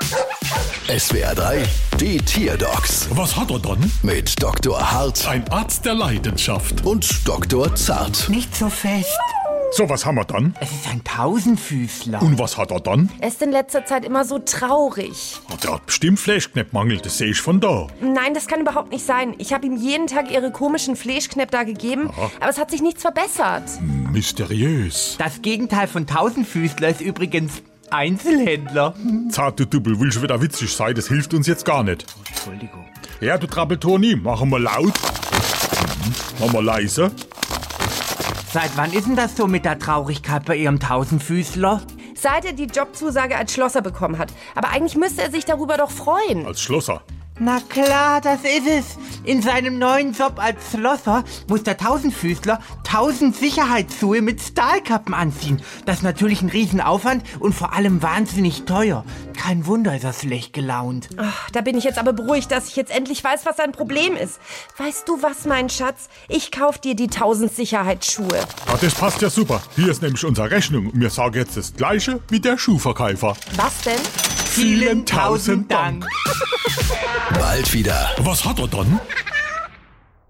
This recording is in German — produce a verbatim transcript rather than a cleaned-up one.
S W R drei, die Tierdocs Was hat er dann? mit Doktor Hart Ein Arzt der Leidenschaft. und Doktor Zart. Nicht so fest. So, was haben wir dann? Es ist ein Tausendfüßler. Und was hat er dann? Er ist in letzter Zeit immer so traurig. Hat er bestimmt Fleischkneppmangel, das sehe ich von da. Nein, das kann überhaupt nicht sein. Ich habe ihm jeden Tag ihre komischen Fleischknepp da gegeben, aber es hat sich nichts verbessert. Mysteriös. Das Gegenteil von Tausendfüßler ist übrigens Einzelhändler. Zart, du Double, willst du wieder witzig sein? Das hilft uns jetzt gar nicht. Entschuldigung. Ja, du Trappeltoni, machen wir laut. Mhm. Machen wir leise. Seit wann ist denn das so mit der Traurigkeit bei Ihrem Tausendfüßler? Seit er die Jobzusage als Schlosser bekommen hat. Aber eigentlich müsste er sich darüber doch freuen. Als Schlosser. Na klar, das ist es. In seinem neuen Job als Schlosser muss der Tausendfüßler tausend Sicherheitsschuhe mit Stahlkappen anziehen. Das ist natürlich ein Riesenaufwand und vor allem wahnsinnig teuer. Kein Wunder, ist er schlecht gelaunt. Ach, da bin ich jetzt aber beruhigt, dass ich jetzt endlich weiß, was sein Problem ist. Weißt du was, mein Schatz? Ich kauf dir die tausend Sicherheitsschuhe. Ah, das passt ja super. Hier ist nämlich unsere Rechnung. Und wir sagen jetzt das Gleiche wie der Schuhverkäufer. Was denn? Vielen tausend Dank. Bald wieder. Was hat er dann?